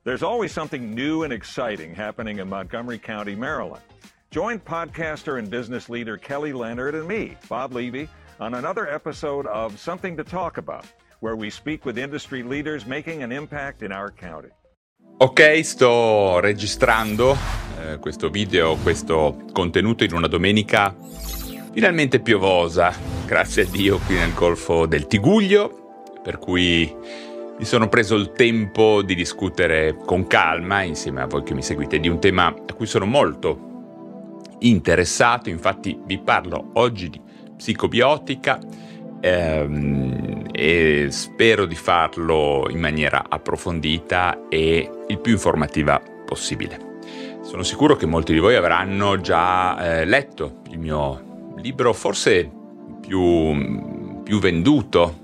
There's always something new and exciting happening in Montgomery County, Maryland. Join podcaster and business leader Kelly Leonard and me, Bob Levy, on another episode of Something to Talk About, where we speak with industry leaders making an impact in our county. Ok, sto registrando questo video, questo contenuto in una domenica finalmente piovosa, grazie a Dio, qui nel Golfo del Tiguglio, per cui mi sono preso il tempo di discutere con calma, insieme a voi che mi seguite, di un tema a cui sono molto interessato. Infatti vi parlo oggi di psicobiotica e spero di farlo in maniera approfondita e il più informativa possibile. Sono sicuro che molti di voi avranno già letto il mio libro, forse più venduto,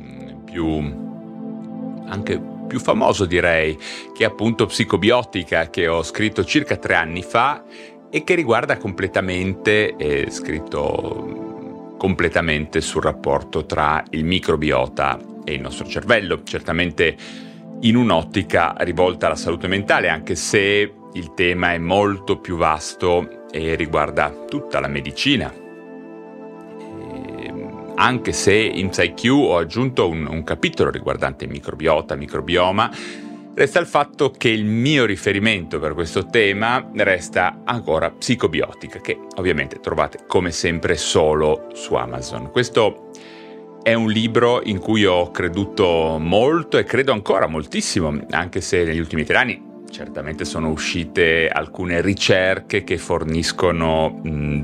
anche più famoso direi, che è appunto Psicobiotica, che ho scritto circa 3 anni fa e che riguarda scritto completamente sul rapporto tra il microbiota e il nostro cervello, certamente in un'ottica rivolta alla salute mentale, anche se il tema è molto più vasto e riguarda tutta la medicina. Anche se in PsyQ ho aggiunto un capitolo riguardante microbiota, microbioma, resta il fatto che il mio riferimento per questo tema resta ancora Psicobiotica, che ovviamente trovate come sempre solo su Amazon. Questo è un libro in cui ho creduto molto e credo ancora moltissimo, anche se negli ultimi 3 anni certamente sono uscite alcune ricerche che forniscono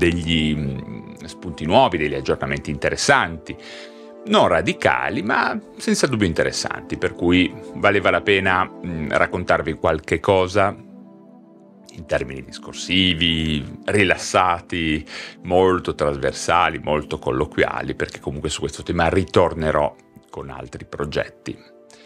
degli spunti nuovi, degli aggiornamenti interessanti, non radicali ma senza dubbio interessanti, per cui valeva la pena raccontarvi qualche cosa in termini discorsivi, rilassati, molto trasversali, molto colloquiali, perché comunque su questo tema ritornerò con altri progetti.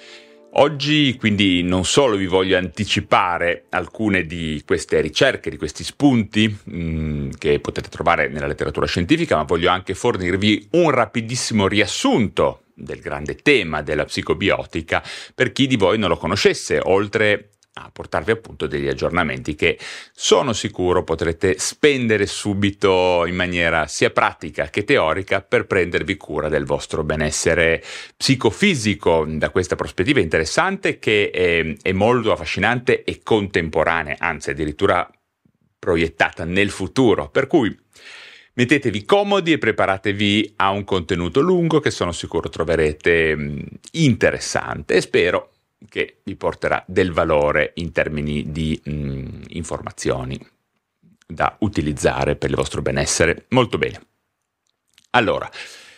Oggi quindi non solo vi voglio anticipare alcune di queste ricerche, di questi spunti che potete trovare nella letteratura scientifica, ma voglio anche fornirvi un rapidissimo riassunto del grande tema della psicobiotica per chi di voi non lo conoscesse, oltre a portarvi appunto degli aggiornamenti che sono sicuro potrete spendere subito in maniera sia pratica che teorica per prendervi cura del vostro benessere psicofisico da questa prospettiva interessante che è molto affascinante e contemporanea, anzi addirittura proiettata nel futuro, per cui mettetevi comodi e preparatevi a un contenuto lungo che sono sicuro troverete interessante e spero che vi porterà del valore in termini di informazioni da utilizzare per il vostro benessere. Molto bene. Allora,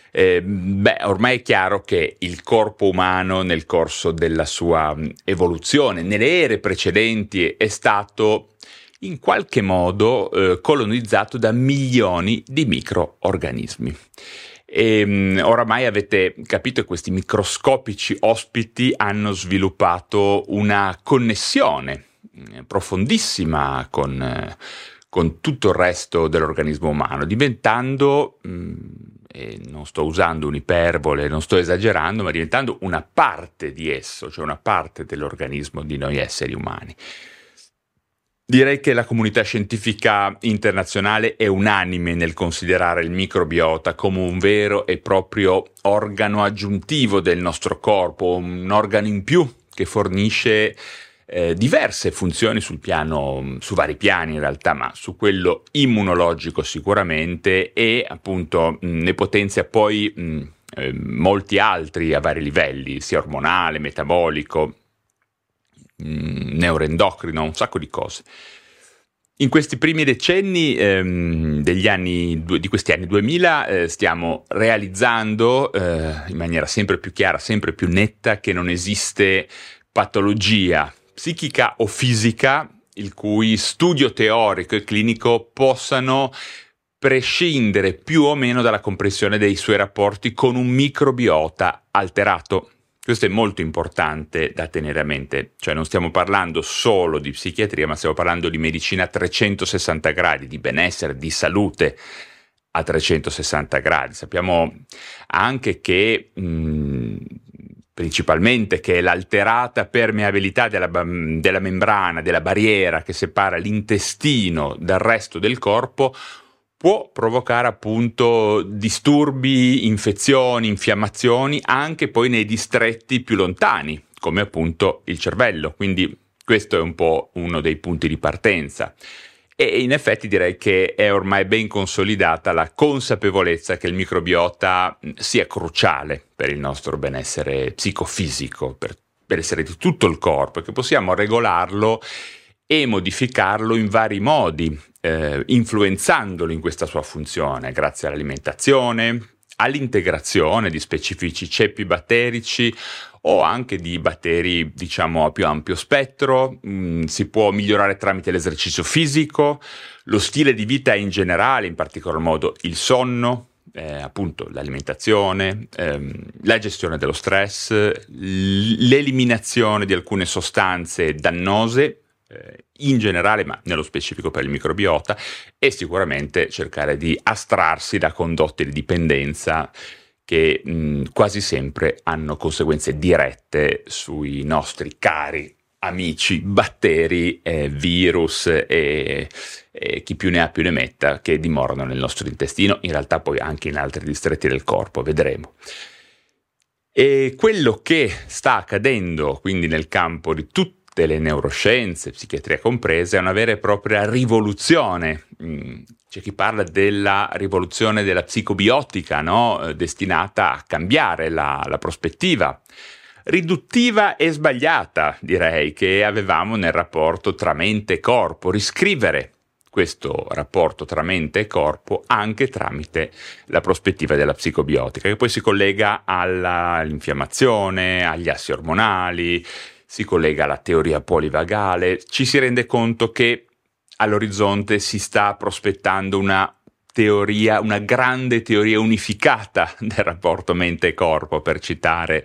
ormai è chiaro che il corpo umano nel corso della sua evoluzione, nelle ere precedenti, è stato in qualche modo colonizzato da milioni di microorganismi. E oramai avete capito che questi microscopici ospiti hanno sviluppato una connessione profondissima con tutto il resto dell'organismo umano, diventando, e non sto usando un'iperbole, non sto esagerando, ma diventando una parte di esso, cioè una parte dell'organismo di noi esseri umani. Direi che la comunità scientifica internazionale è unanime nel considerare il microbiota come un vero e proprio organo aggiuntivo del nostro corpo, un organo in più che fornisce diverse funzioni su vari piani in realtà, ma su quello immunologico sicuramente, e appunto ne potenzia poi molti altri a vari livelli, sia ormonale, metabolico, neuroendocrino, un sacco di cose. In questi primi decenni di questi anni 2000 stiamo realizzando in maniera sempre più chiara, sempre più netta, che non esiste patologia psichica o fisica il cui studio teorico e clinico possano prescindere più o meno dalla comprensione dei suoi rapporti con un microbiota alterato. Questo è molto importante da tenere a mente, cioè non stiamo parlando solo di psichiatria, ma stiamo parlando di medicina a 360 gradi, di benessere, di salute a 360 gradi. Sappiamo anche che principalmente, che è l'alterata permeabilità della membrana, della barriera che separa l'intestino dal resto del corpo, può provocare appunto disturbi, infezioni, infiammazioni anche poi nei distretti più lontani, come appunto il cervello. Quindi questo è un po' uno dei punti di partenza. E in effetti direi che è ormai ben consolidata la consapevolezza che il microbiota sia cruciale per il nostro benessere psicofisico, per benessere di tutto il corpo, e che possiamo regolarlo e modificarlo in vari modi, influenzandolo in questa sua funzione, grazie all'alimentazione, all'integrazione di specifici ceppi batterici o anche di batteri, diciamo, a più ampio spettro. Si può migliorare tramite l'esercizio fisico, lo stile di vita in generale, in particolar modo il sonno, appunto l'alimentazione, la gestione dello stress, l'eliminazione di alcune sostanze dannose, in generale, ma nello specifico per il microbiota, e sicuramente cercare di astrarsi da condotte di dipendenza che quasi sempre hanno conseguenze dirette sui nostri cari amici batteri, virus e chi più ne ha più ne metta, che dimorano nel nostro intestino, in realtà poi anche in altri distretti del corpo, vedremo. E quello che sta accadendo quindi nel campo di tutte le neuroscienze, psichiatria compresa, è una vera e propria rivoluzione. C'è chi parla della rivoluzione della psicobiotica, no? Destinata a cambiare la prospettiva riduttiva e sbagliata, direi, che avevamo nel rapporto tra mente e corpo. Riscrivere questo rapporto tra mente e corpo anche tramite la prospettiva della psicobiotica, che poi si collega all'infiammazione, agli assi ormonali, si collega alla teoria polivagale. Ci si rende conto che all'orizzonte si sta prospettando una grande teoria unificata del rapporto mente e corpo, per citare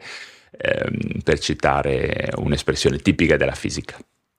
un'espressione tipica della fisica.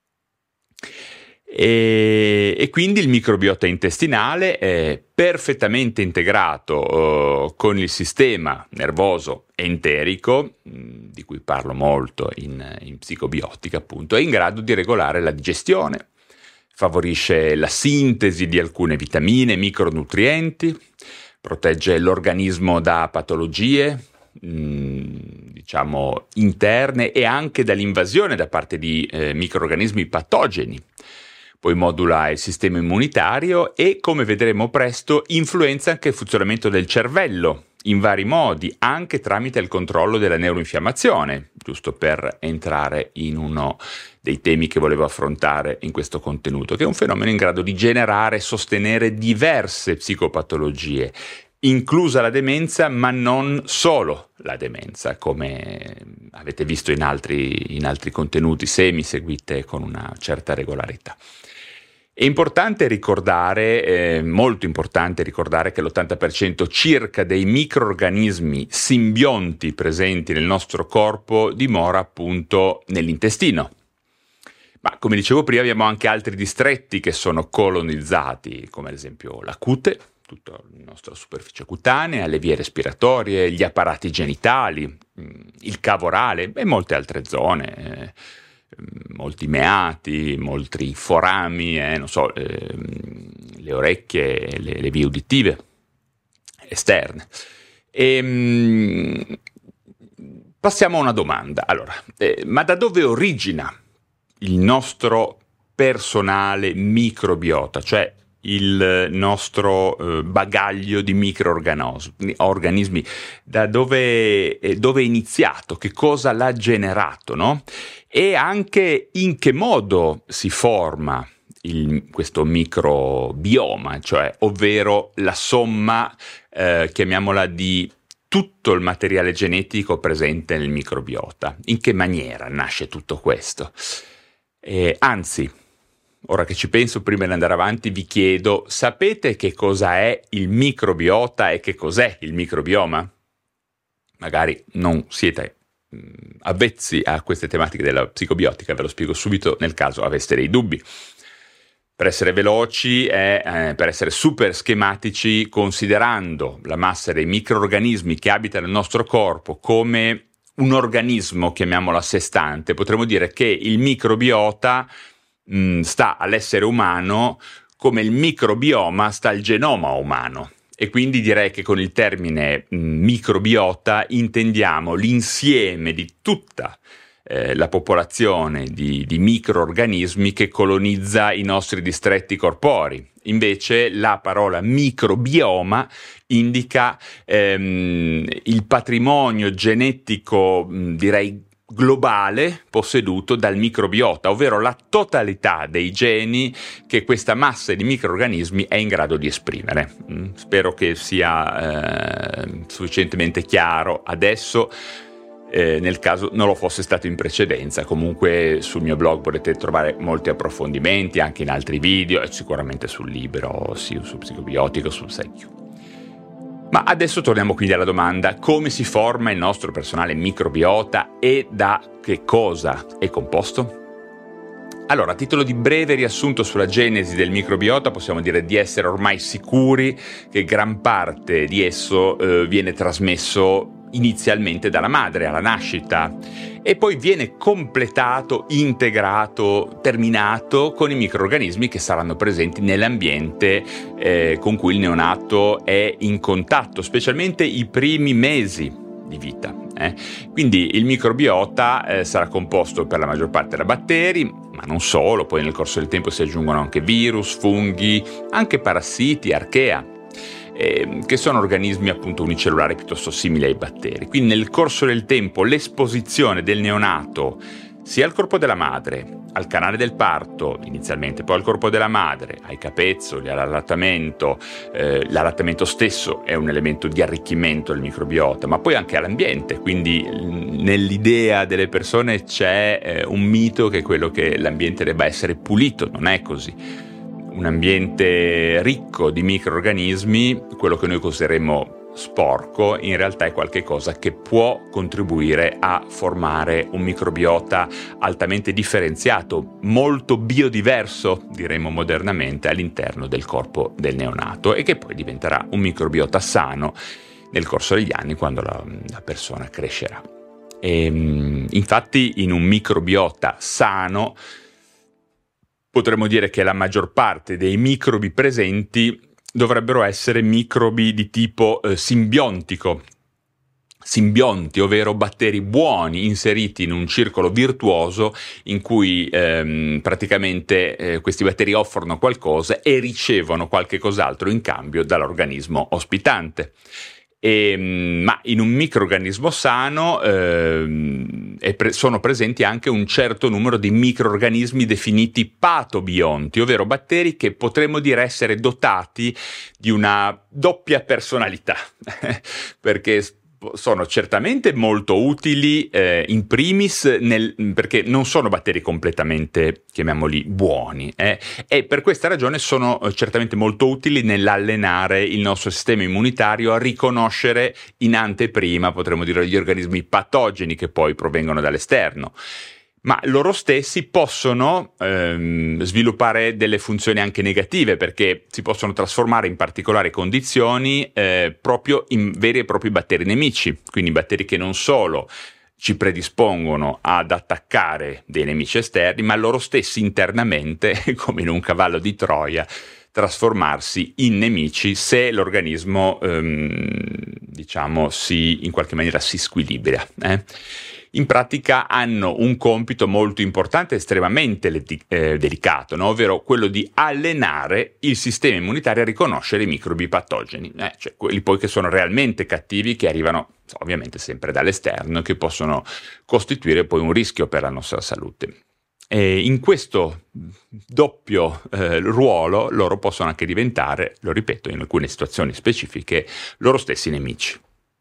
E quindi il microbiota intestinale è perfettamente integrato con il sistema nervoso enterico, di cui parlo molto in psicobiotica, appunto, è in grado di regolare la digestione, favorisce la sintesi di alcune vitamine, micronutrienti, protegge l'organismo da patologie, diciamo interne, e anche dall'invasione da parte di microrganismi patogeni. Poi modula il sistema immunitario e, come vedremo presto, influenza anche il funzionamento del cervello in vari modi, anche tramite il controllo della neuroinfiammazione, giusto per entrare in uno dei temi che volevo affrontare in questo contenuto, che è un fenomeno in grado di generare e sostenere diverse psicopatologie, inclusa la demenza, ma non solo la demenza, come avete visto in altri contenuti, se mi seguite con una certa regolarità. È importante ricordare, molto importante ricordare, che l'80% circa dei microrganismi simbionti presenti nel nostro corpo dimora appunto nell'intestino. Ma come dicevo prima, abbiamo anche altri distretti che sono colonizzati, come ad esempio la cute, tutta la nostra superficie cutanea, le vie respiratorie, gli apparati genitali, il cavo orale e molte altre zone, molti meati, molti forami, le orecchie, le vie uditive esterne. Passiamo a una domanda. Allora, ma da dove origina il nostro personale microbiota, cioè il nostro bagaglio di microorganismi, da dove è iniziato, che cosa l'ha generato, no? E anche in che modo si forma questo microbioma, cioè ovvero la somma, chiamiamola, di tutto il materiale genetico presente nel microbiota. In che maniera nasce tutto questo? Anzi, ora che ci penso, prima di andare avanti, vi chiedo: sapete che cosa è il microbiota e che cos'è il microbioma? Magari non siete avvezzi a queste tematiche della psicobiotica, ve lo spiego subito nel caso aveste dei dubbi. Per essere veloci per essere super schematici, considerando la massa dei microrganismi che abitano nel nostro corpo come un organismo, chiamiamolo a sé stante. Potremmo dire che il microbiota sta all'essere umano come il microbioma sta al genoma umano. E quindi direi che con il termine microbiota intendiamo l'insieme di tutta la popolazione di microorganismi che colonizza i nostri distretti corporei. Invece la parola microbioma indica il patrimonio genetico, direi, globale posseduto dal microbiota, ovvero la totalità dei geni che questa massa di microorganismi è in grado di esprimere. Spero che sia sufficientemente chiaro adesso. Nel caso non lo fosse stato in precedenza, comunque sul mio blog potete trovare molti approfondimenti anche in altri video e sicuramente sul libro, sì, sul psicobiotico, sul SciQ. Ma adesso torniamo quindi alla domanda: come si forma il nostro personale microbiota e da che cosa è composto? Allora, a titolo di breve riassunto sulla genesi del microbiota, possiamo dire di essere ormai sicuri che gran parte di esso viene trasmesso inizialmente dalla madre alla nascita e poi viene completato, integrato, terminato con i microrganismi che saranno presenti nell'ambiente con cui il neonato è in contatto, specialmente i primi mesi di vita. Quindi il microbiota sarà composto per la maggior parte da batteri, ma non solo, poi nel corso del tempo si aggiungono anche virus, funghi, anche parassiti, archea, che sono organismi appunto unicellulari piuttosto simili ai batteri. Quindi nel corso del tempo l'esposizione del neonato sia al corpo della madre, al canale del parto inizialmente, poi al corpo della madre, ai capezzoli, all'allattamento. L'allattamento stesso è un elemento di arricchimento del microbiota, ma poi anche all'ambiente. Quindi nell'idea delle persone c'è un mito che è quello che l'ambiente debba essere pulito. Non è così. Un ambiente ricco di microrganismi, quello che noi consideriamo sporco, in realtà è qualcosa che può contribuire a formare un microbiota altamente differenziato, molto biodiverso, diremmo modernamente, all'interno del corpo del neonato, e che poi diventerà un microbiota sano nel corso degli anni, quando la persona crescerà. Infatti in un microbiota sano potremmo dire che la maggior parte dei microbi presenti dovrebbero essere microbi di tipo simbiontico, simbionti, ovvero batteri buoni inseriti in un circolo virtuoso in cui praticamente questi batteri offrono qualcosa e ricevono qualche cos'altro in cambio dall'organismo ospitante. Ma in un microorganismo sano sono presenti anche un certo numero di microorganismi definiti patobionti, ovvero batteri che potremmo dire essere dotati di una doppia personalità, perché sono certamente molto utili in primis perché non sono batteri completamente, chiamiamoli, buoni, e per questa ragione sono certamente molto utili nell'allenare il nostro sistema immunitario a riconoscere in anteprima, potremmo dire, gli organismi patogeni che poi provengono dall'esterno. Ma loro stessi possono sviluppare delle funzioni anche negative, perché si possono trasformare in particolari condizioni proprio in veri e propri batteri nemici, quindi batteri che non solo ci predispongono ad attaccare dei nemici esterni, ma loro stessi internamente, come in un cavallo di Troia, trasformarsi in nemici se l'organismo in qualche maniera si squilibra. In pratica hanno un compito molto importante, estremamente delicato, no? Ovvero quello di allenare il sistema immunitario a riconoscere i microbi patogeni, cioè quelli poi che sono realmente cattivi, che arrivano ovviamente sempre dall'esterno e che possono costituire poi un rischio per la nostra salute. E in questo doppio ruolo loro possono anche diventare, lo ripeto, in alcune situazioni specifiche, loro stessi nemici.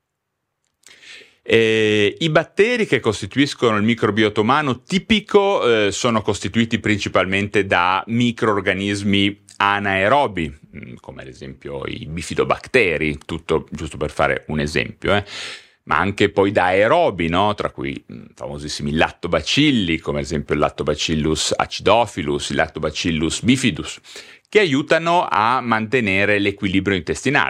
I batteri che costituiscono il microbiota umano tipico sono costituiti principalmente da microorganismi anaerobi, come ad esempio i bifidobatteri, tutto giusto per fare un esempio, ma anche poi da aerobi, no? Tra cui famosissimi lattobacilli, come ad esempio il Lactobacillus acidophilus, il Lactobacillus bifidus, che aiutano a mantenere l'equilibrio intestinale.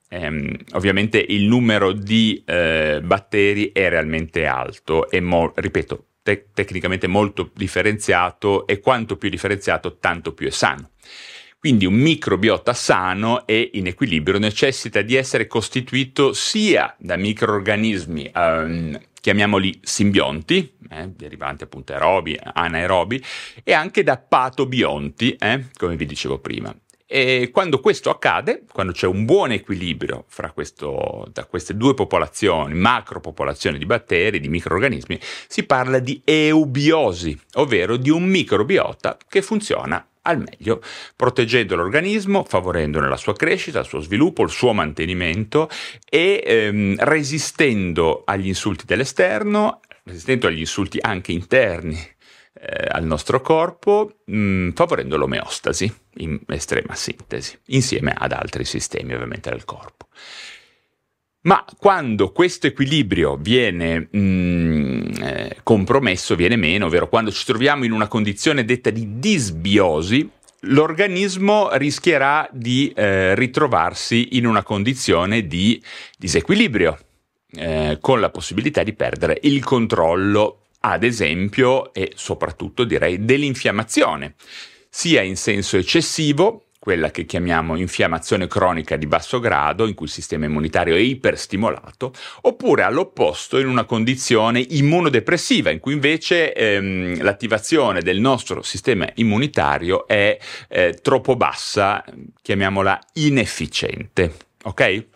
Ovviamente il numero di batteri è realmente alto e ripeto, tecnicamente molto differenziato, e quanto più differenziato tanto più è sano. Quindi un microbiota sano e in equilibrio necessita di essere costituito sia da microrganismi, chiamiamoli simbionti, derivanti appunto aerobi, anaerobi, e anche da patobionti, come vi dicevo prima. E quando questo accade, quando c'è un buon equilibrio fra da queste due popolazioni, macropopolazioni di batteri, di microrganismi, si parla di eubiosi, ovvero di un microbiota che funziona al meglio, proteggendo l'organismo, favorendone la sua crescita, il suo sviluppo, il suo mantenimento e resistendo agli insulti dell'esterno, resistendo agli insulti anche interni al nostro corpo, favorendo l'omeostasi in estrema sintesi, insieme ad altri sistemi ovviamente del corpo. Ma quando questo equilibrio viene compromesso, viene meno, ovvero quando ci troviamo in una condizione detta di disbiosi, l'organismo rischierà di ritrovarsi in una condizione di disequilibrio, con la possibilità di perdere il controllo, ad esempio, e soprattutto direi dell'infiammazione, sia in senso eccessivo, quella che chiamiamo infiammazione cronica di basso grado, in cui il sistema immunitario è iperstimolato, oppure all'opposto in una condizione immunodepressiva, in cui invece l'attivazione del nostro sistema immunitario è troppo bassa, chiamiamola inefficiente, ok?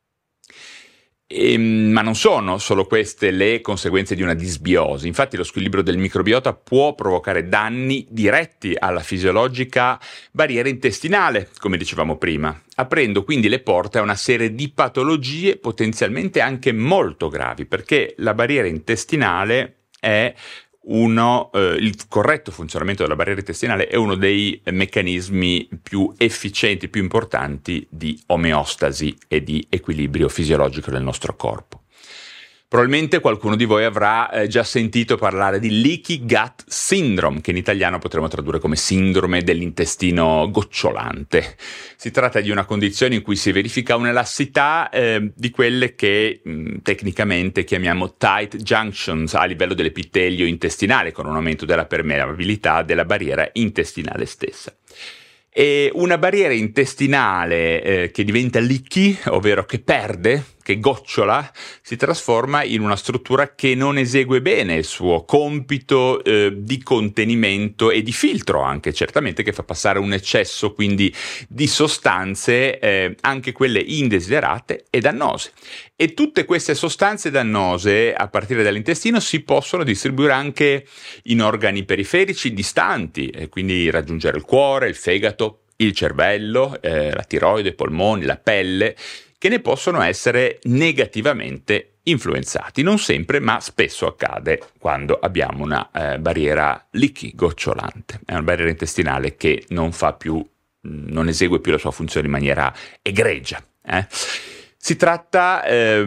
Ma non sono solo queste le conseguenze di una disbiosi. Infatti lo squilibrio del microbiota può provocare danni diretti alla fisiologica barriera intestinale, come dicevamo prima, aprendo quindi le porte a una serie di patologie potenzialmente anche molto gravi, perché la barriera intestinale è il corretto funzionamento della barriera intestinale è uno dei meccanismi più efficienti, più importanti di omeostasi e di equilibrio fisiologico del nostro corpo. Probabilmente qualcuno di voi avrà già sentito parlare di leaky gut syndrome, che in italiano potremmo tradurre come sindrome dell'intestino gocciolante. Si tratta di una condizione in cui si verifica un'elasticità di quelle che tecnicamente chiamiamo tight junctions a livello dell'epitelio intestinale, con un aumento della permeabilità della barriera intestinale stessa. E una barriera intestinale che diventa leaky, ovvero che perde, che gocciola, si trasforma in una struttura che non esegue bene il suo compito di contenimento e di filtro anche, certamente, che fa passare un eccesso quindi di sostanze, anche quelle indesiderate e dannose. E tutte queste sostanze dannose, a partire dall'intestino, si possono distribuire anche in organi periferici distanti, e quindi raggiungere il cuore, il fegato, il cervello, la tiroide, i polmoni, la pelle, che ne possono essere negativamente influenzati. Non sempre, ma spesso accade quando abbiamo una barriera leaky, gocciolante. È una barriera intestinale che non esegue più la sua funzione in maniera egregia. Si tratta,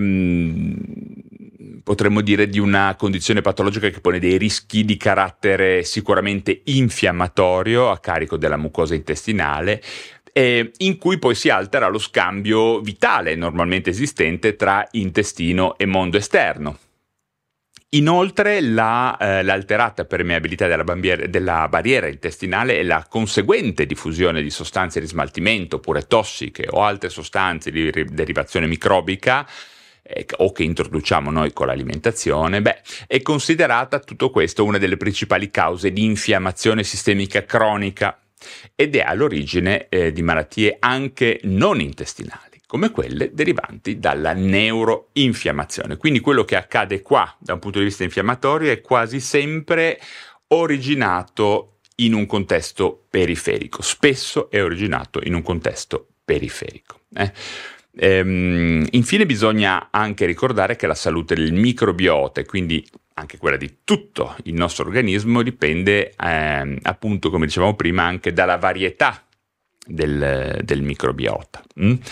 potremmo dire, di una condizione patologica che pone dei rischi di carattere sicuramente infiammatorio a carico della mucosa intestinale, in cui poi si altera lo scambio vitale normalmente esistente tra intestino e mondo esterno. Inoltre l'alterata permeabilità della barriera intestinale e la conseguente diffusione di sostanze di smaltimento oppure tossiche o altre sostanze di derivazione microbica o che introduciamo noi con l'alimentazione, è considerata tutto questo una delle principali cause di infiammazione sistemica cronica ed è all'origine di malattie anche non intestinali, come quelle derivanti dalla neuroinfiammazione. Quindi quello che accade qua da un punto di vista infiammatorio è quasi sempre originato in un contesto periferico, spesso è originato in un contesto periferico. Infine bisogna anche ricordare che la salute del microbiota e quindi anche quella di tutto il nostro organismo dipende appunto, come dicevamo prima, anche dalla varietà del microbiota.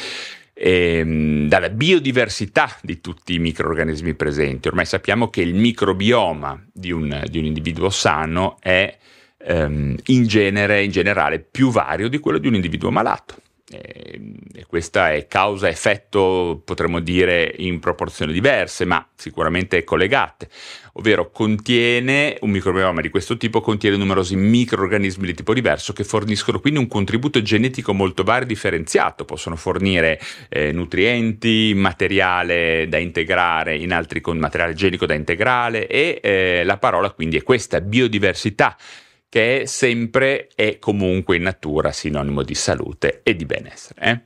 Dalla biodiversità di tutti i microrganismi presenti. Ormai sappiamo che il microbioma di un individuo sano è in generale più vario di quello di un individuo malato. E questa è causa-effetto, potremmo dire, in proporzioni diverse, ma sicuramente collegate. Ovvero un microbioma di questo tipo contiene numerosi microrganismi di tipo diverso che forniscono quindi un contributo genetico molto vario e differenziato. Possono fornire nutrienti, materiale da integrare in altri con materiale genico da integrare e la parola quindi è questa: biodiversità, che è sempre e comunque in natura sinonimo di salute e di benessere.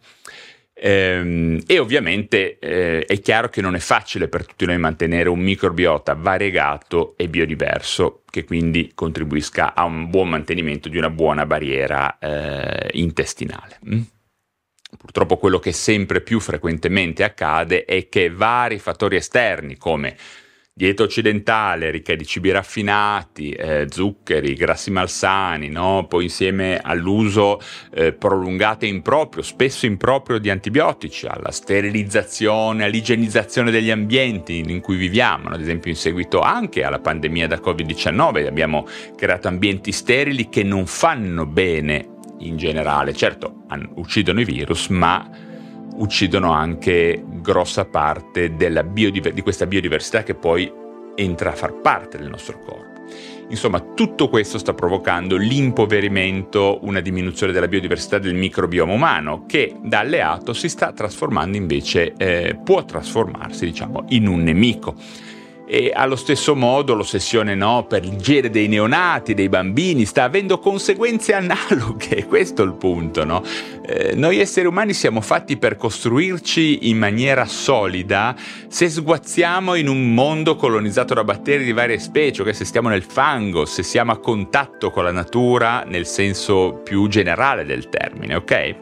E ovviamente è chiaro che non è facile per tutti noi mantenere un microbiota variegato e biodiverso, che quindi contribuisca a un buon mantenimento di una buona barriera intestinale. Purtroppo quello che sempre più frequentemente accade è che vari fattori esterni, come dieta occidentale ricca di cibi raffinati, zuccheri, grassi malsani, no? Poi insieme all'uso prolungato e improprio, spesso improprio, di antibiotici, alla sterilizzazione, all'igienizzazione degli ambienti in cui viviamo, no? Ad esempio in seguito anche alla pandemia da Covid-19 abbiamo creato ambienti sterili che non fanno bene in generale. Certo, uccidono i virus, ma uccidono anche grossa parte di questa biodiversità che poi entra a far parte del nostro corpo. Insomma, tutto questo sta provocando l'impoverimento, una diminuzione della biodiversità del microbioma umano, che da alleato si sta trasformando invece, può trasformarsi, diciamo, in un nemico. E allo stesso modo l'ossessione per l'igiene dei neonati, dei bambini, sta avendo conseguenze analoghe. Questo è il punto, no? Noi esseri umani siamo fatti per costruirci in maniera solida se sguazziamo in un mondo colonizzato da batteri di varie specie, se stiamo nel fango, se siamo a contatto con la natura nel senso più generale del termine, ok?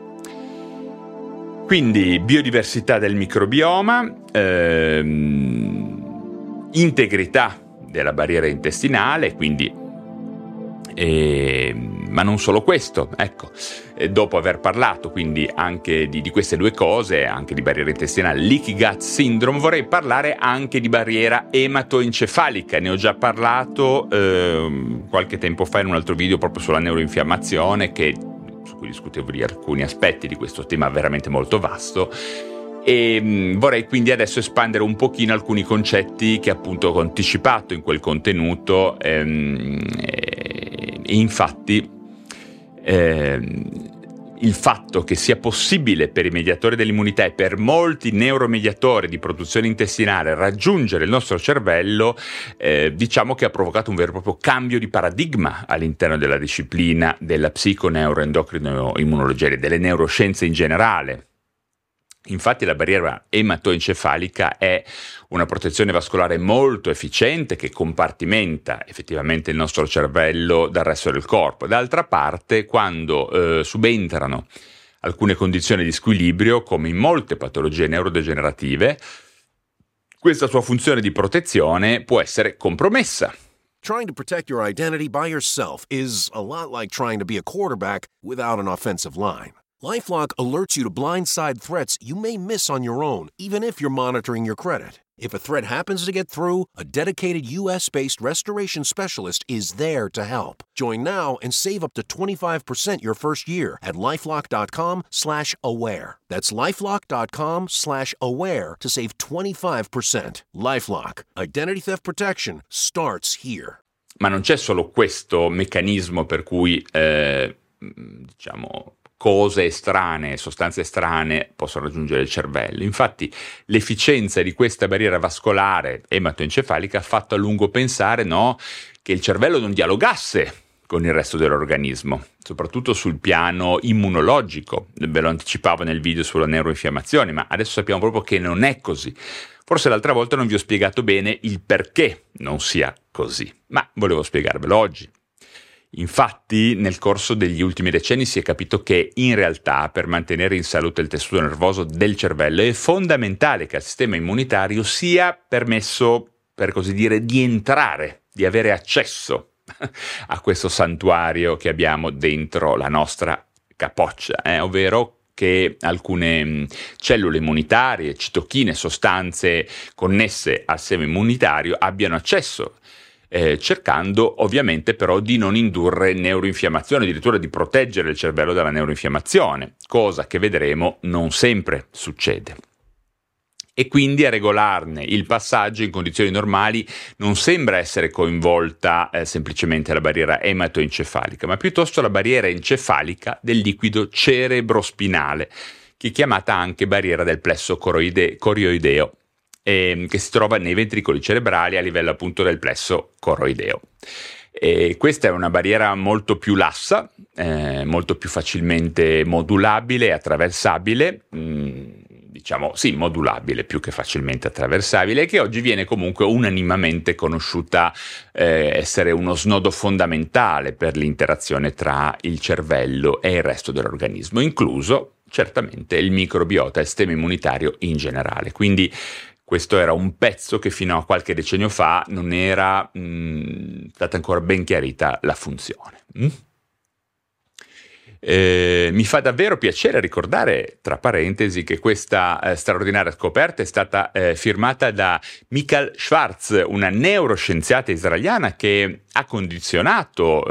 Quindi biodiversità del microbioma, integrità della barriera intestinale, quindi ma non solo questo, ecco, dopo aver parlato quindi anche di queste due cose, anche di barriera intestinale, leaky gut syndrome, vorrei parlare anche di barriera ematoencefalica. Ne ho già parlato qualche tempo fa in un altro video proprio sulla neuroinfiammazione, su cui discutevo di alcuni aspetti di questo tema veramente molto vasto. E vorrei quindi adesso espandere un pochino alcuni concetti che appunto ho anticipato in quel contenuto, e infatti il fatto che sia possibile per i mediatori dell'immunità e per molti neuromediatori di produzione intestinale raggiungere il nostro cervello, diciamo che ha provocato un vero e proprio cambio di paradigma all'interno della disciplina della psiconeuroendocrino-immunologia e delle neuroscienze in generale. Infatti la barriera ematoencefalica è una protezione vascolare molto efficiente che compartimenta effettivamente il nostro cervello dal resto del corpo. D'altra parte, quando subentrano alcune condizioni di squilibrio, come in molte patologie neurodegenerative, questa sua funzione di protezione può essere compromessa. Trying to protect your identity by yourself is a lot like trying to be a quarterback without an offensive line. LifeLock alerts you to blindside threats you may miss on your own, even if you're monitoring your credit. If a threat happens to get through, a dedicated U.S.-based restoration specialist is there to help. Join now and save up to 25% your first year at LifeLock.com/aware. That's LifeLock.com/aware to save 25%. LifeLock. Identity theft protection starts here. Ma non c'è solo questo meccanismo per cui, diciamo, cose estranee, sostanze estranee possono raggiungere il cervello. Infatti l'efficienza di questa barriera vascolare ematoencefalica ha fatto a lungo pensare, che il cervello non dialogasse con il resto dell'organismo, soprattutto sul piano immunologico. Ve lo anticipavo nel video sulla neuroinfiammazione, ma adesso sappiamo proprio che non è così. Forse l'altra volta non vi ho spiegato bene il perché non sia così, ma volevo spiegarvelo oggi. Infatti, nel corso degli ultimi decenni si è capito che in realtà per mantenere in salute il tessuto nervoso del cervello è fondamentale che al sistema immunitario sia permesso, per così dire, di entrare, di avere accesso a questo santuario che abbiamo dentro la nostra capoccia, ovvero che alcune cellule immunitarie, citochine, sostanze connesse al sistema immunitario abbiano accesso cercando ovviamente però di non indurre neuroinfiammazione, addirittura di proteggere il cervello dalla neuroinfiammazione, cosa che vedremo non sempre succede. E quindi a regolarne il passaggio in condizioni normali non sembra essere coinvolta semplicemente la barriera ematoencefalica, ma piuttosto la barriera encefalica del liquido cerebrospinale, che è chiamata anche barriera del plesso corioideo, che si trova nei ventricoli cerebrali a livello appunto del plesso coroideo. E questa è una barriera molto più lassa, molto più facilmente modulabile e attraversabile, modulabile più che facilmente attraversabile, e che oggi viene comunque unanimamente conosciuta essere uno snodo fondamentale per l'interazione tra il cervello e il resto dell'organismo, incluso certamente il microbiota e il sistema immunitario in generale. Quindi questo era un pezzo che fino a qualche decennio fa non era stata ancora ben chiarita la funzione. Mi fa davvero piacere ricordare, tra parentesi, che questa straordinaria scoperta è stata firmata da Michal Schwartz, una neuroscienziata israeliana che ha condizionato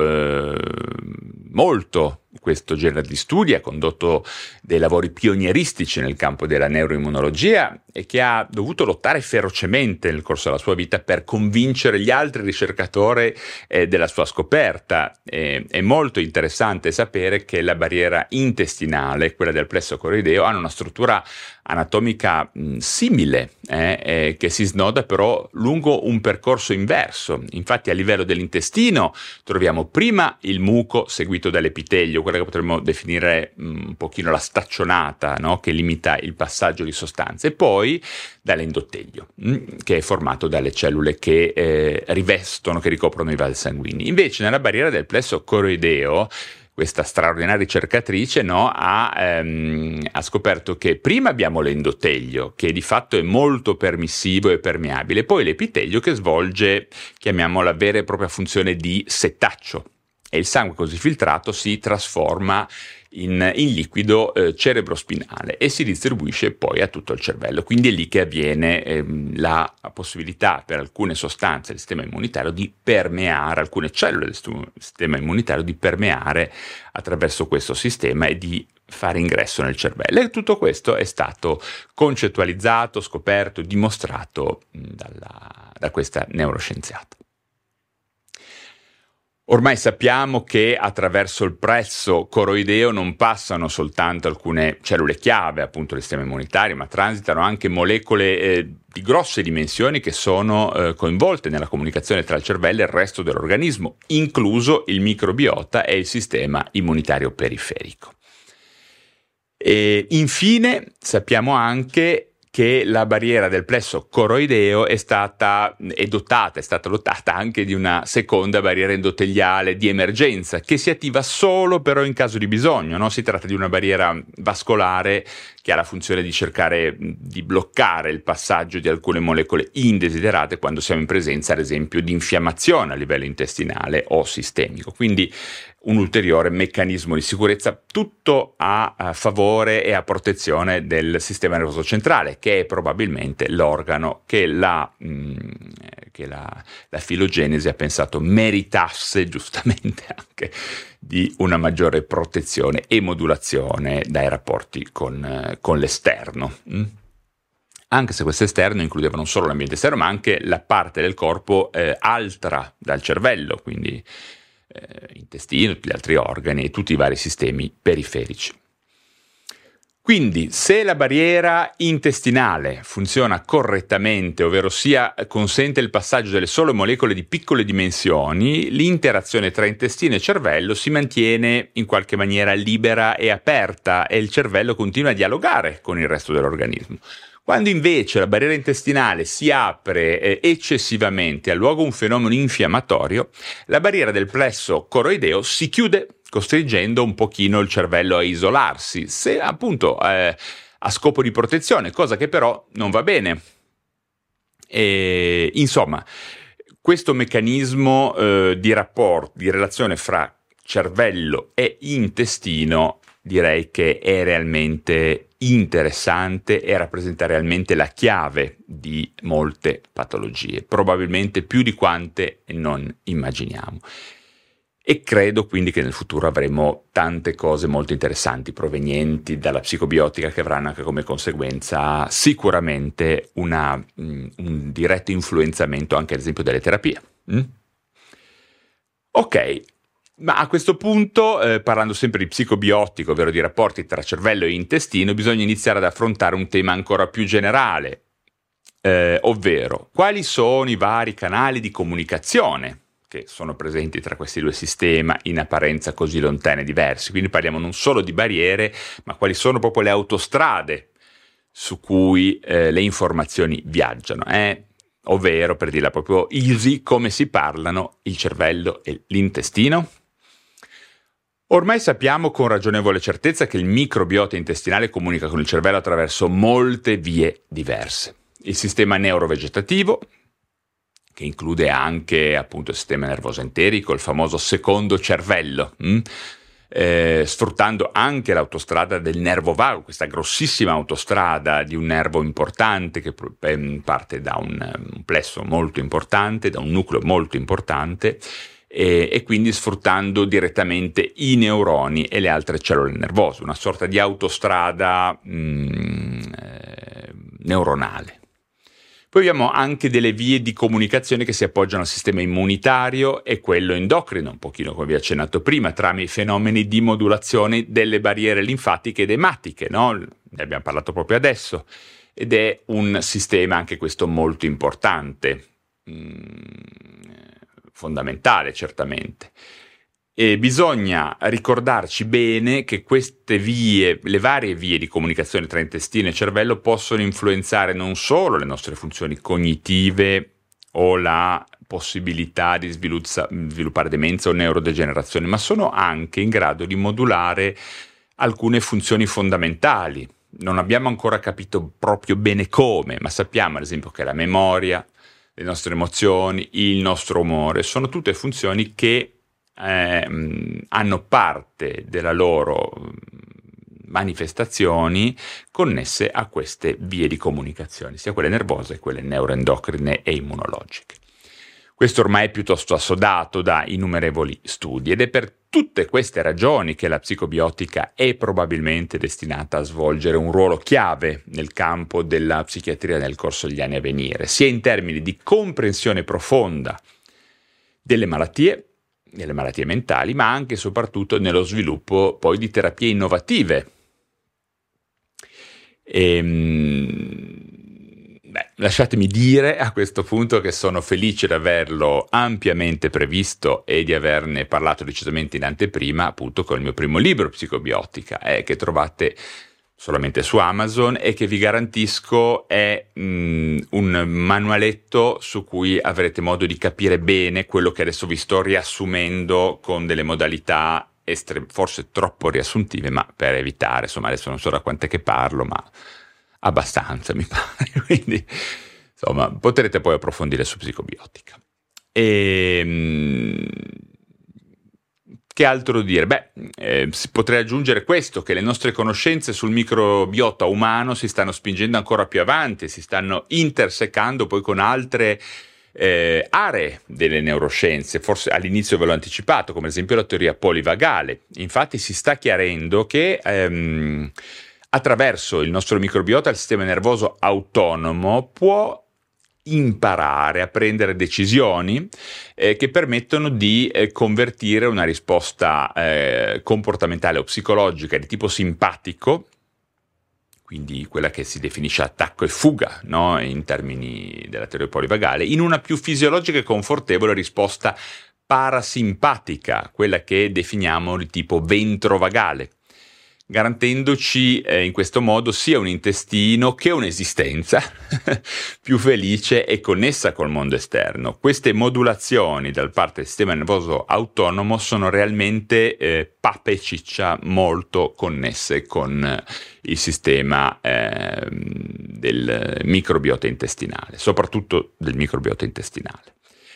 molto questo genere di studi, ha condotto dei lavori pionieristici nel campo della neuroimmunologia e che ha dovuto lottare ferocemente nel corso della sua vita per convincere gli altri ricercatori della sua scoperta. È molto interessante sapere che la barriera intestinale, quella del plesso coroideo, hanno una struttura anatomica simile, che si snoda però lungo un percorso inverso. Infatti a livello dell'intestino troviamo prima il muco seguito dall'epitelio, quella che potremmo definire un pochino la staccionata, no? Che limita il passaggio di sostanze, e poi dall'endotelio, che è formato dalle cellule che ricoprono i vasi sanguigni. Invece nella barriera del plesso coroideo questa straordinaria ricercatrice ha scoperto che prima abbiamo l'endotelio, che di fatto è molto permissivo e permeabile, poi l'epitelio che svolge, chiamiamola, vera e propria funzione di setaccio, e il sangue così filtrato si trasforma in liquido cerebrospinale e si distribuisce poi a tutto il cervello. Quindi è lì che avviene la possibilità per alcune sostanze del sistema immunitario di permeare, alcune cellule del sistema immunitario di permeare attraverso questo sistema e di fare ingresso nel cervello. E tutto questo è stato concettualizzato, scoperto, dimostrato da questa neuroscienziata. Ormai sappiamo che attraverso il plesso coroideo non passano soltanto alcune cellule chiave, appunto del sistema immunitario, ma transitano anche molecole di grosse dimensioni che sono coinvolte nella comunicazione tra il cervello e il resto dell'organismo, incluso il microbiota e il sistema immunitario periferico. E infine sappiamo anche che la barriera del plesso coroideo è stata dotata anche di una seconda barriera endoteliale di emergenza che si attiva solo però in caso di bisogno, no? Si tratta di una barriera vascolare che ha la funzione di cercare di bloccare il passaggio di alcune molecole indesiderate quando siamo in presenza, ad esempio, di infiammazione a livello intestinale o sistemico. Quindi un ulteriore meccanismo di sicurezza, tutto a favore e a protezione del sistema nervoso centrale, che è probabilmente l'organo che la filogenesi ha pensato meritasse giustamente anche di una maggiore protezione e modulazione dai rapporti con l'esterno. Anche se questo esterno includeva non solo l'ambiente esterno, ma anche la parte del corpo altra dal cervello, quindi intestino, tutti gli altri organi e tutti i vari sistemi periferici. Quindi, se la barriera intestinale funziona correttamente, ovvero sia consente il passaggio delle sole molecole di piccole dimensioni, l'interazione tra intestino e cervello si mantiene in qualche maniera libera e aperta e il cervello continua a dialogare con il resto dell'organismo. Quando invece la barriera intestinale si apre eccessivamente, ha luogo un fenomeno infiammatorio, la barriera del plesso coroideo si chiude, costringendo un pochino il cervello a isolarsi, se appunto a scopo di protezione, cosa che però non va bene. E, insomma, questo meccanismo di rapporto, di relazione fra cervello e intestino, direi che è realmente interessante e rappresenta realmente la chiave di molte patologie, probabilmente più di quante non immaginiamo. E credo quindi che nel futuro avremo tante cose molto interessanti provenienti dalla psicobiotica che avranno anche come conseguenza sicuramente un diretto influenzamento anche ad esempio delle terapie. Ok, ma a questo punto, parlando sempre di psicobiotico, ovvero di rapporti tra cervello e intestino, bisogna iniziare ad affrontare un tema ancora più generale, ovvero quali sono i vari canali di comunicazione che sono presenti tra questi due sistemi in apparenza così lontani e diversi. Quindi parliamo non solo di barriere, ma quali sono proprio le autostrade su cui le informazioni viaggiano, ovvero, per dirla proprio easy, come si parlano il cervello e l'intestino. Ormai sappiamo con ragionevole certezza che il microbiota intestinale comunica con il cervello attraverso molte vie diverse. Il sistema neurovegetativo, che include anche appunto il sistema nervoso enterico, il famoso secondo cervello, sfruttando anche l'autostrada del nervo vago, questa grossissima autostrada di un nervo importante che parte da un plesso molto importante, da un nucleo molto importante, e quindi sfruttando direttamente i neuroni e le altre cellule nervose, una sorta di autostrada neuronale. Poi abbiamo anche delle vie di comunicazione che si appoggiano al sistema immunitario e quello endocrino, un pochino come vi ho accennato prima, tramite fenomeni di modulazione delle barriere linfatiche ed ematiche, no? Ne abbiamo parlato proprio adesso, ed è un sistema anche questo molto importante, fondamentale certamente. E bisogna ricordarci bene che queste vie, le varie vie di comunicazione tra intestino e cervello possono influenzare non solo le nostre funzioni cognitive o la possibilità di sviluppare demenza o neurodegenerazione, ma sono anche in grado di modulare alcune funzioni fondamentali. Non abbiamo ancora capito proprio bene come, ma sappiamo ad esempio che la memoria, le nostre emozioni, il nostro umore sono tutte funzioni che hanno parte della loro manifestazioni connesse a queste vie di comunicazione, sia quelle nervose, quelle neuroendocrine e immunologiche. Questo ormai è piuttosto assodato da innumerevoli studi ed è per tutte queste ragioni che la psicobiotica è probabilmente destinata a svolgere un ruolo chiave nel campo della psichiatria nel corso degli anni a venire, sia in termini di comprensione profonda delle malattie mentali, ma anche e soprattutto nello sviluppo poi di terapie innovative. Lasciatemi dire a questo punto che sono felice di averlo ampiamente previsto e di averne parlato decisamente in anteprima, appunto con il mio primo libro, Psicobiotica, che trovate solamente su Amazon e che vi garantisco è un manualetto su cui avrete modo di capire bene quello che adesso vi sto riassumendo con delle modalità forse troppo riassuntive, ma per evitare, insomma adesso non so da quant'è che parlo, ma abbastanza mi pare, quindi insomma potrete poi approfondire su Psicobiotica. Che altro dire? Si potrei aggiungere questo, che le nostre conoscenze sul microbiota umano si stanno spingendo ancora più avanti, si stanno intersecando poi con altre aree delle neuroscienze. Forse all'inizio ve l'ho anticipato, come ad esempio la teoria polivagale. Infatti si sta chiarendo che attraverso il nostro microbiota il sistema nervoso autonomo può imparare a prendere decisioni che permettono di convertire una risposta comportamentale o psicologica di tipo simpatico, quindi quella che si definisce attacco e fuga, no? In termini della teoria polivagale, in una più fisiologica e confortevole risposta parasimpatica, quella che definiamo di tipo ventrovagale, garantendoci in questo modo sia un intestino che un'esistenza più felice e connessa col mondo esterno. Queste modulazioni da parte del sistema nervoso autonomo sono realmente pappe e ciccia molto connesse con il sistema del microbiota intestinale, soprattutto del microbiota intestinale.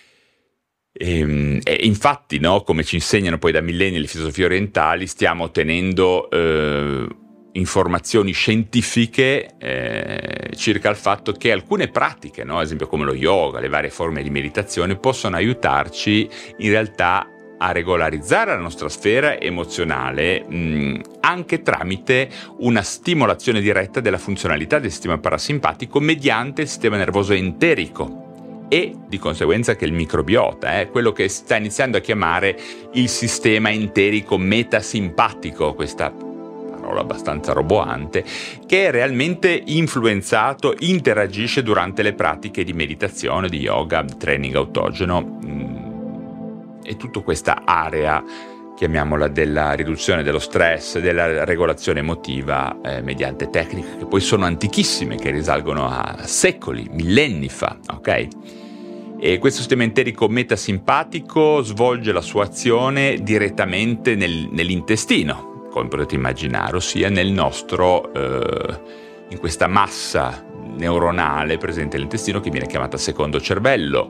E infatti, no, come ci insegnano poi da millenni le filosofie orientali, stiamo tenendo informazioni scientifiche circa il fatto che alcune pratiche, no? Ad esempio come lo yoga, le varie forme di meditazione, possono aiutarci in realtà a regolarizzare la nostra sfera emozionale anche tramite una stimolazione diretta della funzionalità del sistema parasimpatico mediante il sistema nervoso enterico e di conseguenza che il microbiota, quello che sta iniziando a chiamare il sistema enterico metasimpatico, questa parola abbastanza roboante, che è realmente influenzato, interagisce durante le pratiche di meditazione, di yoga, di training autogeno e tutta questa area, chiamiamola, della riduzione dello stress, della regolazione emotiva mediante tecniche che poi sono antichissime, che risalgono a secoli, millenni fa, ok? E questo sistema enterico metasimpatico svolge la sua azione direttamente nell'intestino, come potete immaginare, ossia nel nostro, in questa massa neuronale presente nell'intestino che viene chiamata secondo cervello,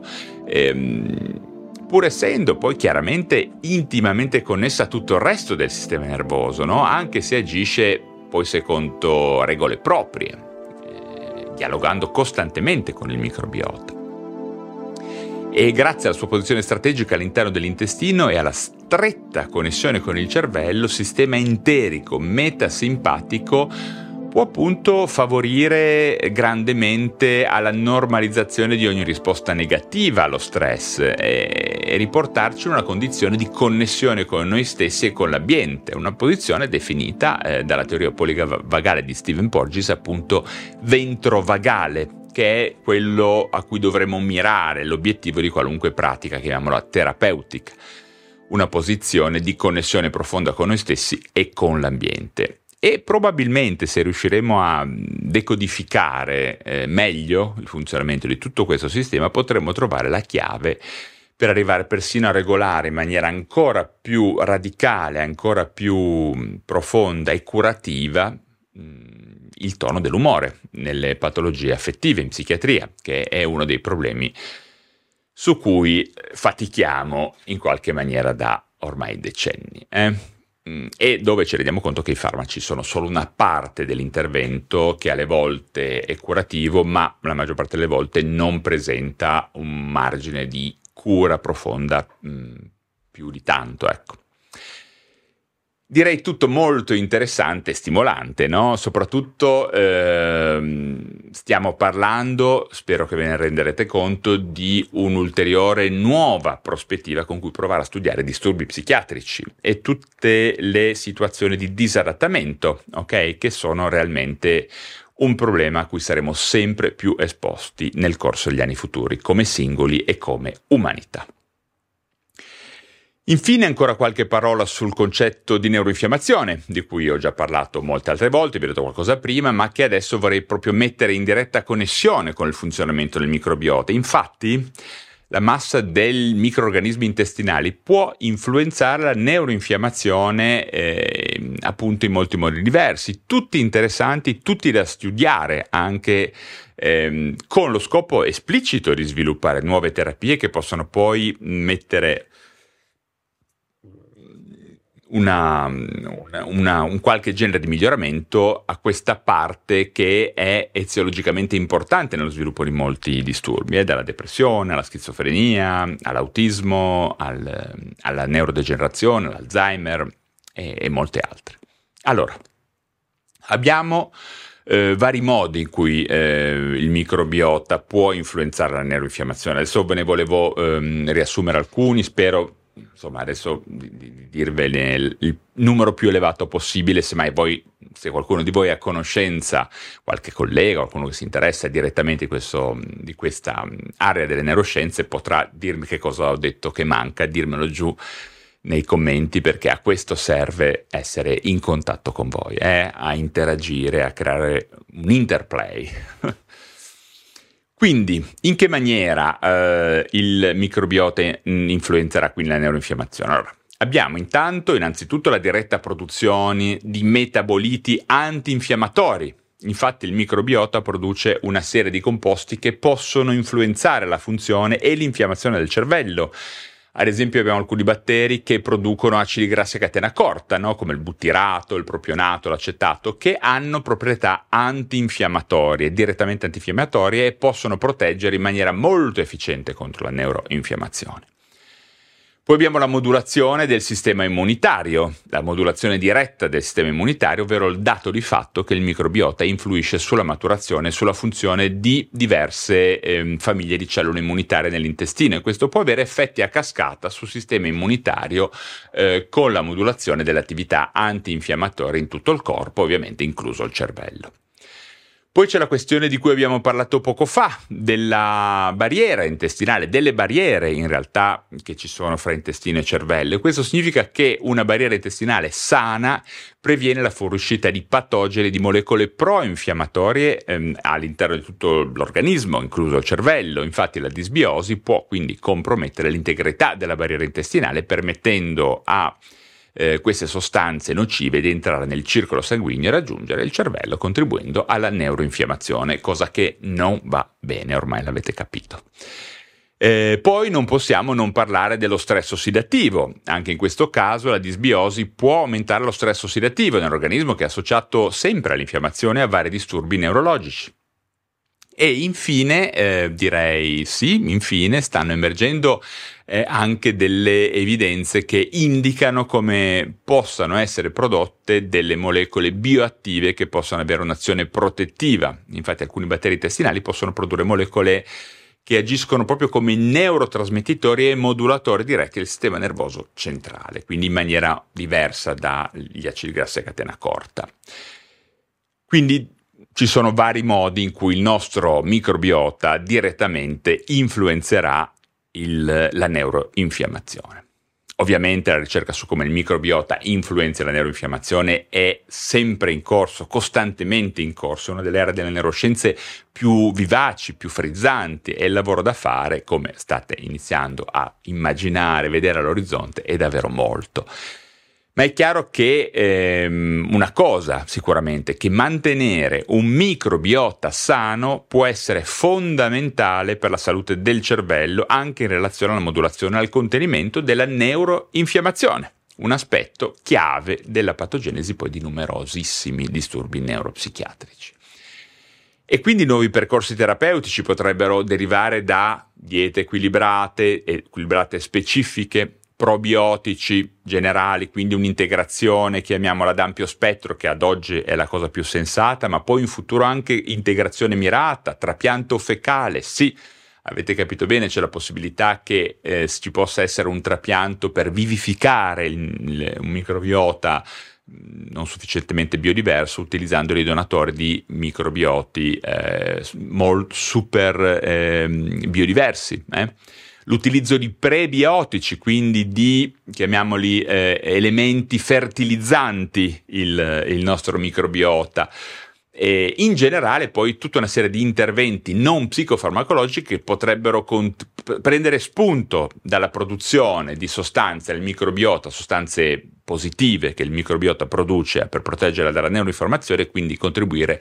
pur essendo poi chiaramente intimamente connessa a tutto il resto del sistema nervoso, no? Anche se agisce poi secondo regole proprie, dialogando costantemente con il microbiota. E grazie alla sua posizione strategica all'interno dell'intestino e alla stretta connessione con il cervello, il sistema enterico metasimpatico può appunto favorire grandemente alla normalizzazione di ogni risposta negativa allo stress e riportarci in una condizione di connessione con noi stessi e con l'ambiente, una posizione definita dalla teoria poливagale di Stephen Porges appunto ventrovagale, che è quello a cui dovremmo mirare, l'obiettivo di qualunque pratica, chiamiamola terapeutica, una posizione di connessione profonda con noi stessi e con l'ambiente. E probabilmente se riusciremo a decodificare meglio il funzionamento di tutto questo sistema, potremo trovare la chiave per arrivare persino a regolare in maniera ancora più radicale, ancora più profonda e curativa il tono dell'umore nelle patologie affettive in psichiatria, che è uno dei problemi su cui fatichiamo in qualche maniera da ormai decenni. E dove ci rendiamo conto che i farmaci sono solo una parte dell'intervento che alle volte è curativo, ma la maggior parte delle volte non presenta un margine di cura profonda più di tanto, ecco. Direi tutto molto interessante e stimolante, no? Soprattutto stiamo parlando, spero che ve ne renderete conto, di un'ulteriore nuova prospettiva con cui provare a studiare disturbi psichiatrici e tutte le situazioni di disadattamento, ok? Che sono realmente un problema a cui saremo sempre più esposti nel corso degli anni futuri, come singoli e come umanità. Infine ancora qualche parola sul concetto di neuroinfiammazione, di cui ho già parlato molte altre volte, vi ho detto qualcosa prima, ma che adesso vorrei proprio mettere in diretta connessione con il funzionamento del microbiota. Infatti, la massa dei microrganismi intestinali può influenzare la neuroinfiammazione appunto in molti modi diversi, tutti interessanti, tutti da studiare anche con lo scopo esplicito di sviluppare nuove terapie che possano poi mettere un qualche genere di miglioramento a questa parte che è eziologicamente importante nello sviluppo di molti disturbi, dalla depressione alla schizofrenia, all'autismo, alla neurodegenerazione, all'Alzheimer e molte altre. Allora, abbiamo vari modi in cui il microbiota può influenzare la neuroinfiammazione. Adesso ve ne volevo riassumere alcuni, spero insomma adesso di dirvene il numero più elevato possibile. Semmai voi, se qualcuno di voi è a conoscenza, qualche collega, qualcuno che si interessa direttamente di questa area delle neuroscienze, potrà dirmi che cosa ho detto che manca, dirmelo giù nei commenti, perché a questo serve essere in contatto con voi, a interagire, a creare un interplay. Quindi, in che maniera il microbiota influenzerà quindi la neuroinfiammazione? Allora, abbiamo innanzitutto la diretta produzione di metaboliti antinfiammatori. Infatti il microbiota produce una serie di composti che possono influenzare la funzione e l'infiammazione del cervello, Ad esempio abbiamo alcuni batteri che producono acidi grassi a catena corta, no? Come il buttirato, il propionato, l'acetato, che hanno proprietà antinfiammatorie, direttamente antinfiammatorie, e possono proteggere in maniera molto efficiente contro la neuroinfiammazione. Poi abbiamo la modulazione del sistema immunitario, la modulazione diretta del sistema immunitario, ovvero il dato di fatto che il microbiota influisce sulla maturazione e sulla funzione di diverse famiglie di cellule immunitarie nell'intestino, e questo può avere effetti a cascata sul sistema immunitario con la modulazione delle attività antinfiammatorie in tutto il corpo, ovviamente incluso il cervello. Poi c'è la questione di cui abbiamo parlato poco fa, della barriera intestinale, delle barriere in realtà che ci sono fra intestino e cervello. Questo significa che una barriera intestinale sana previene la fuoriuscita di patogeni, di molecole pro-infiammatorie all'interno di tutto l'organismo, incluso il cervello. Infatti la disbiosi può quindi compromettere l'integrità della barriera intestinale, permettendo a queste sostanze nocive di entrare nel circolo sanguigno e raggiungere il cervello, contribuendo alla neuroinfiammazione, cosa che non va bene, ormai l'avete capito. Poi non possiamo non parlare dello stress ossidativo. Anche in questo caso la disbiosi può aumentare lo stress ossidativo nell'organismo, che è associato sempre all'infiammazione e a vari disturbi neurologici. E infine, infine stanno emergendo anche delle evidenze che indicano come possano essere prodotte delle molecole bioattive che possono avere un'azione protettiva. Infatti alcuni batteri intestinali possono produrre molecole che agiscono proprio come neurotrasmettitori e modulatori diretti del sistema nervoso centrale, quindi in maniera diversa dagli acidi grassi a catena corta. Quindi ci sono vari modi in cui il nostro microbiota direttamente influenzerà la neuroinfiammazione. Ovviamente la ricerca su come il microbiota influenza la neuroinfiammazione è sempre in corso, costantemente in corso, è una delle aree delle neuroscienze più vivaci, più frizzanti, e il lavoro da fare, come state iniziando a immaginare, vedere all'orizzonte, è davvero molto. Ma è chiaro che una cosa sicuramente, che mantenere un microbiota sano può essere fondamentale per la salute del cervello, anche in relazione alla modulazione e al contenimento della neuroinfiammazione, un aspetto chiave della patogenesi poi di numerosissimi disturbi neuropsichiatrici. E quindi nuovi percorsi terapeutici potrebbero derivare da diete equilibrate specifiche, probiotici generali, quindi un'integrazione, chiamiamola ad ampio spettro, che ad oggi è la cosa più sensata, ma poi in futuro anche integrazione mirata, trapianto fecale. Sì, avete capito bene, c'è la possibilità che ci possa essere un trapianto per vivificare un microbiota non sufficientemente biodiverso, utilizzando dei donatori di microbioti super biodiversi. L'utilizzo di prebiotici, quindi di, chiamiamoli, elementi fertilizzanti il nostro microbiota. E in generale poi tutta una serie di interventi non psicofarmacologici che potrebbero prendere spunto dalla produzione di sostanze del microbiota, sostanze positive che il microbiota produce per proteggerla dalla neuroinfiammazione, e quindi contribuire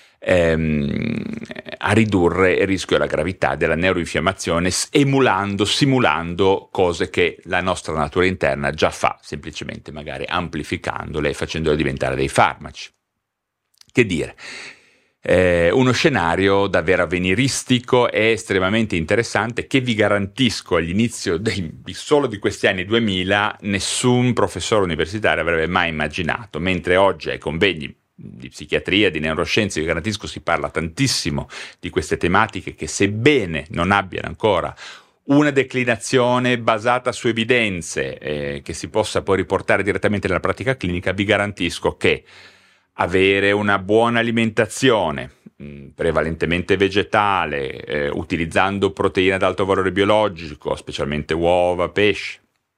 a ridurre il rischio e la gravità della neuroinfiammazione, simulando cose che la nostra natura interna già fa, semplicemente magari amplificandole e facendole diventare dei farmaci. Che dire? Uno scenario davvero avveniristico e estremamente interessante, che vi garantisco all'inizio solo di questi anni 2000 nessun professore universitario avrebbe mai immaginato, mentre oggi ai convegni di psichiatria, di neuroscienze, vi garantisco, si parla tantissimo di queste tematiche che, sebbene non abbiano ancora una declinazione basata su evidenze che si possa poi riportare direttamente nella pratica clinica, vi garantisco che avere una buona alimentazione, prevalentemente vegetale, utilizzando proteine ad alto valore biologico, specialmente uova, pesce,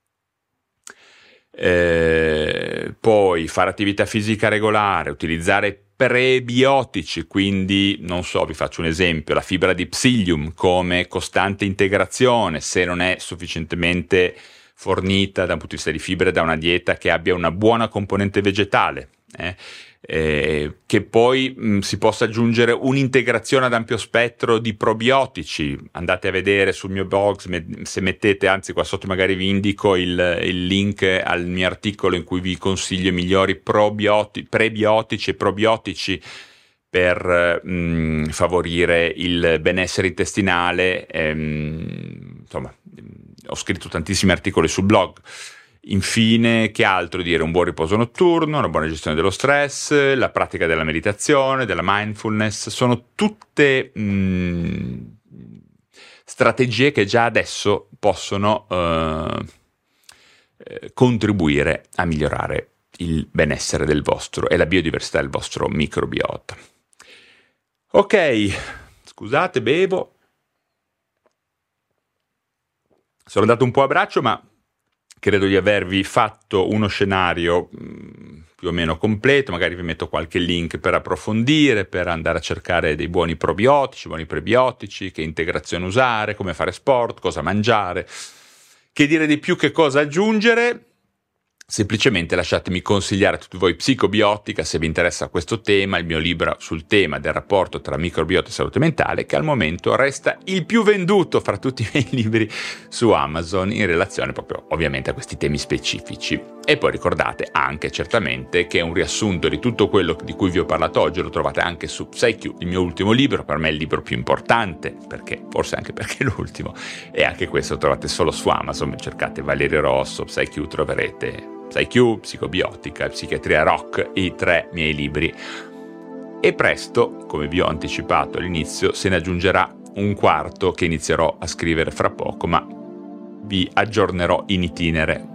poi fare attività fisica regolare, utilizzare prebiotici, quindi non so, vi faccio un esempio, la fibra di psyllium come costante integrazione, se non è sufficientemente fornita da un punto di vista di fibre da una dieta che abbia una buona componente vegetale, che poi si possa aggiungere un'integrazione ad ampio spettro di probiotici. Andate a vedere sul mio blog, se mettete, anzi qua sotto magari vi indico il link al mio articolo in cui vi consiglio i migliori prebiotici e probiotici per favorire il benessere intestinale. Insomma, ho scritto tantissimi articoli sul blog. Infine, che altro dire? Un buon riposo notturno, una buona gestione dello stress, la pratica della meditazione, della mindfulness, sono tutte strategie che già adesso possono contribuire a migliorare il benessere del vostro e la biodiversità del vostro microbiota. Ok, scusate, bevo. Sono andato un po' a braccio, ma credo di avervi fatto uno scenario più o meno completo. Magari vi metto qualche link per approfondire, per andare a cercare dei buoni probiotici, buoni prebiotici, che integrazione usare, come fare sport, cosa mangiare. Che dire di più, che cosa aggiungere? Semplicemente lasciatemi consigliare a tutti voi Psicobiotica, se vi interessa questo tema, il mio libro sul tema del rapporto tra microbiota e salute mentale, che al momento resta il più venduto fra tutti i miei libri su Amazon, in relazione proprio ovviamente a questi temi specifici. E poi ricordate anche certamente che un riassunto di tutto quello di cui vi ho parlato oggi lo trovate anche su PsyQ, il mio ultimo libro, per me è il libro più importante, forse anche perché è l'ultimo, e anche questo lo trovate solo su Amazon. Cercate Valerio Rosso, PsyQ, troverete PsyQ, Psicobiotica e Psichiatria Rock, i 3 miei libri. E presto, come vi ho anticipato all'inizio, se ne aggiungerà un quarto che inizierò a scrivere fra poco, ma vi aggiornerò in itinere.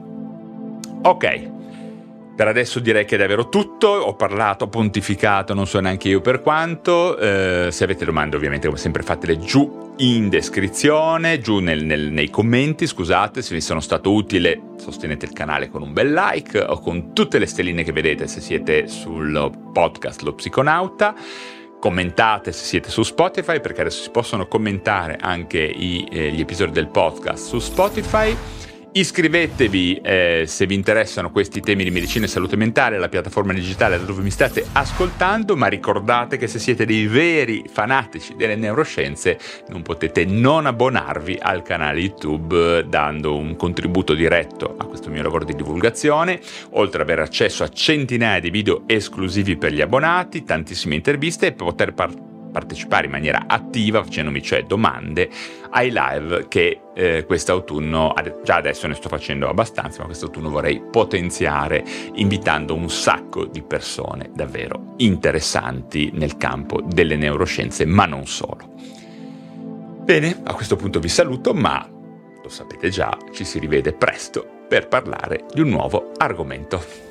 Ok, per adesso direi che è davvero tutto. Ho parlato, ho pontificato, non so neanche io per quanto. Se avete domande, ovviamente come sempre fatele giù in descrizione, giù nei commenti, scusate. Se vi sono stato utile, sostenete il canale con un bel like o con tutte le stelline che vedete se siete sul podcast Lo Psiconauta. Commentate se siete su Spotify, perché adesso si possono commentare anche gli episodi del podcast su Spotify. Iscrivetevi se vi interessano questi temi di medicina e salute mentale alla piattaforma digitale da dove mi state ascoltando, ma ricordate che se siete dei veri fanatici delle neuroscienze non potete non abbonarvi al canale YouTube dando un contributo diretto a questo mio lavoro di divulgazione, oltre ad avere accesso a centinaia di video esclusivi per gli abbonati, tantissime interviste e poter partecipare in maniera attiva, facendomi cioè domande ai live che quest'autunno, già adesso ne sto facendo abbastanza, ma quest'autunno vorrei potenziare invitando un sacco di persone davvero interessanti nel campo delle neuroscienze, ma non solo. Bene, a questo punto vi saluto, ma lo sapete già, ci si rivede presto per parlare di un nuovo argomento.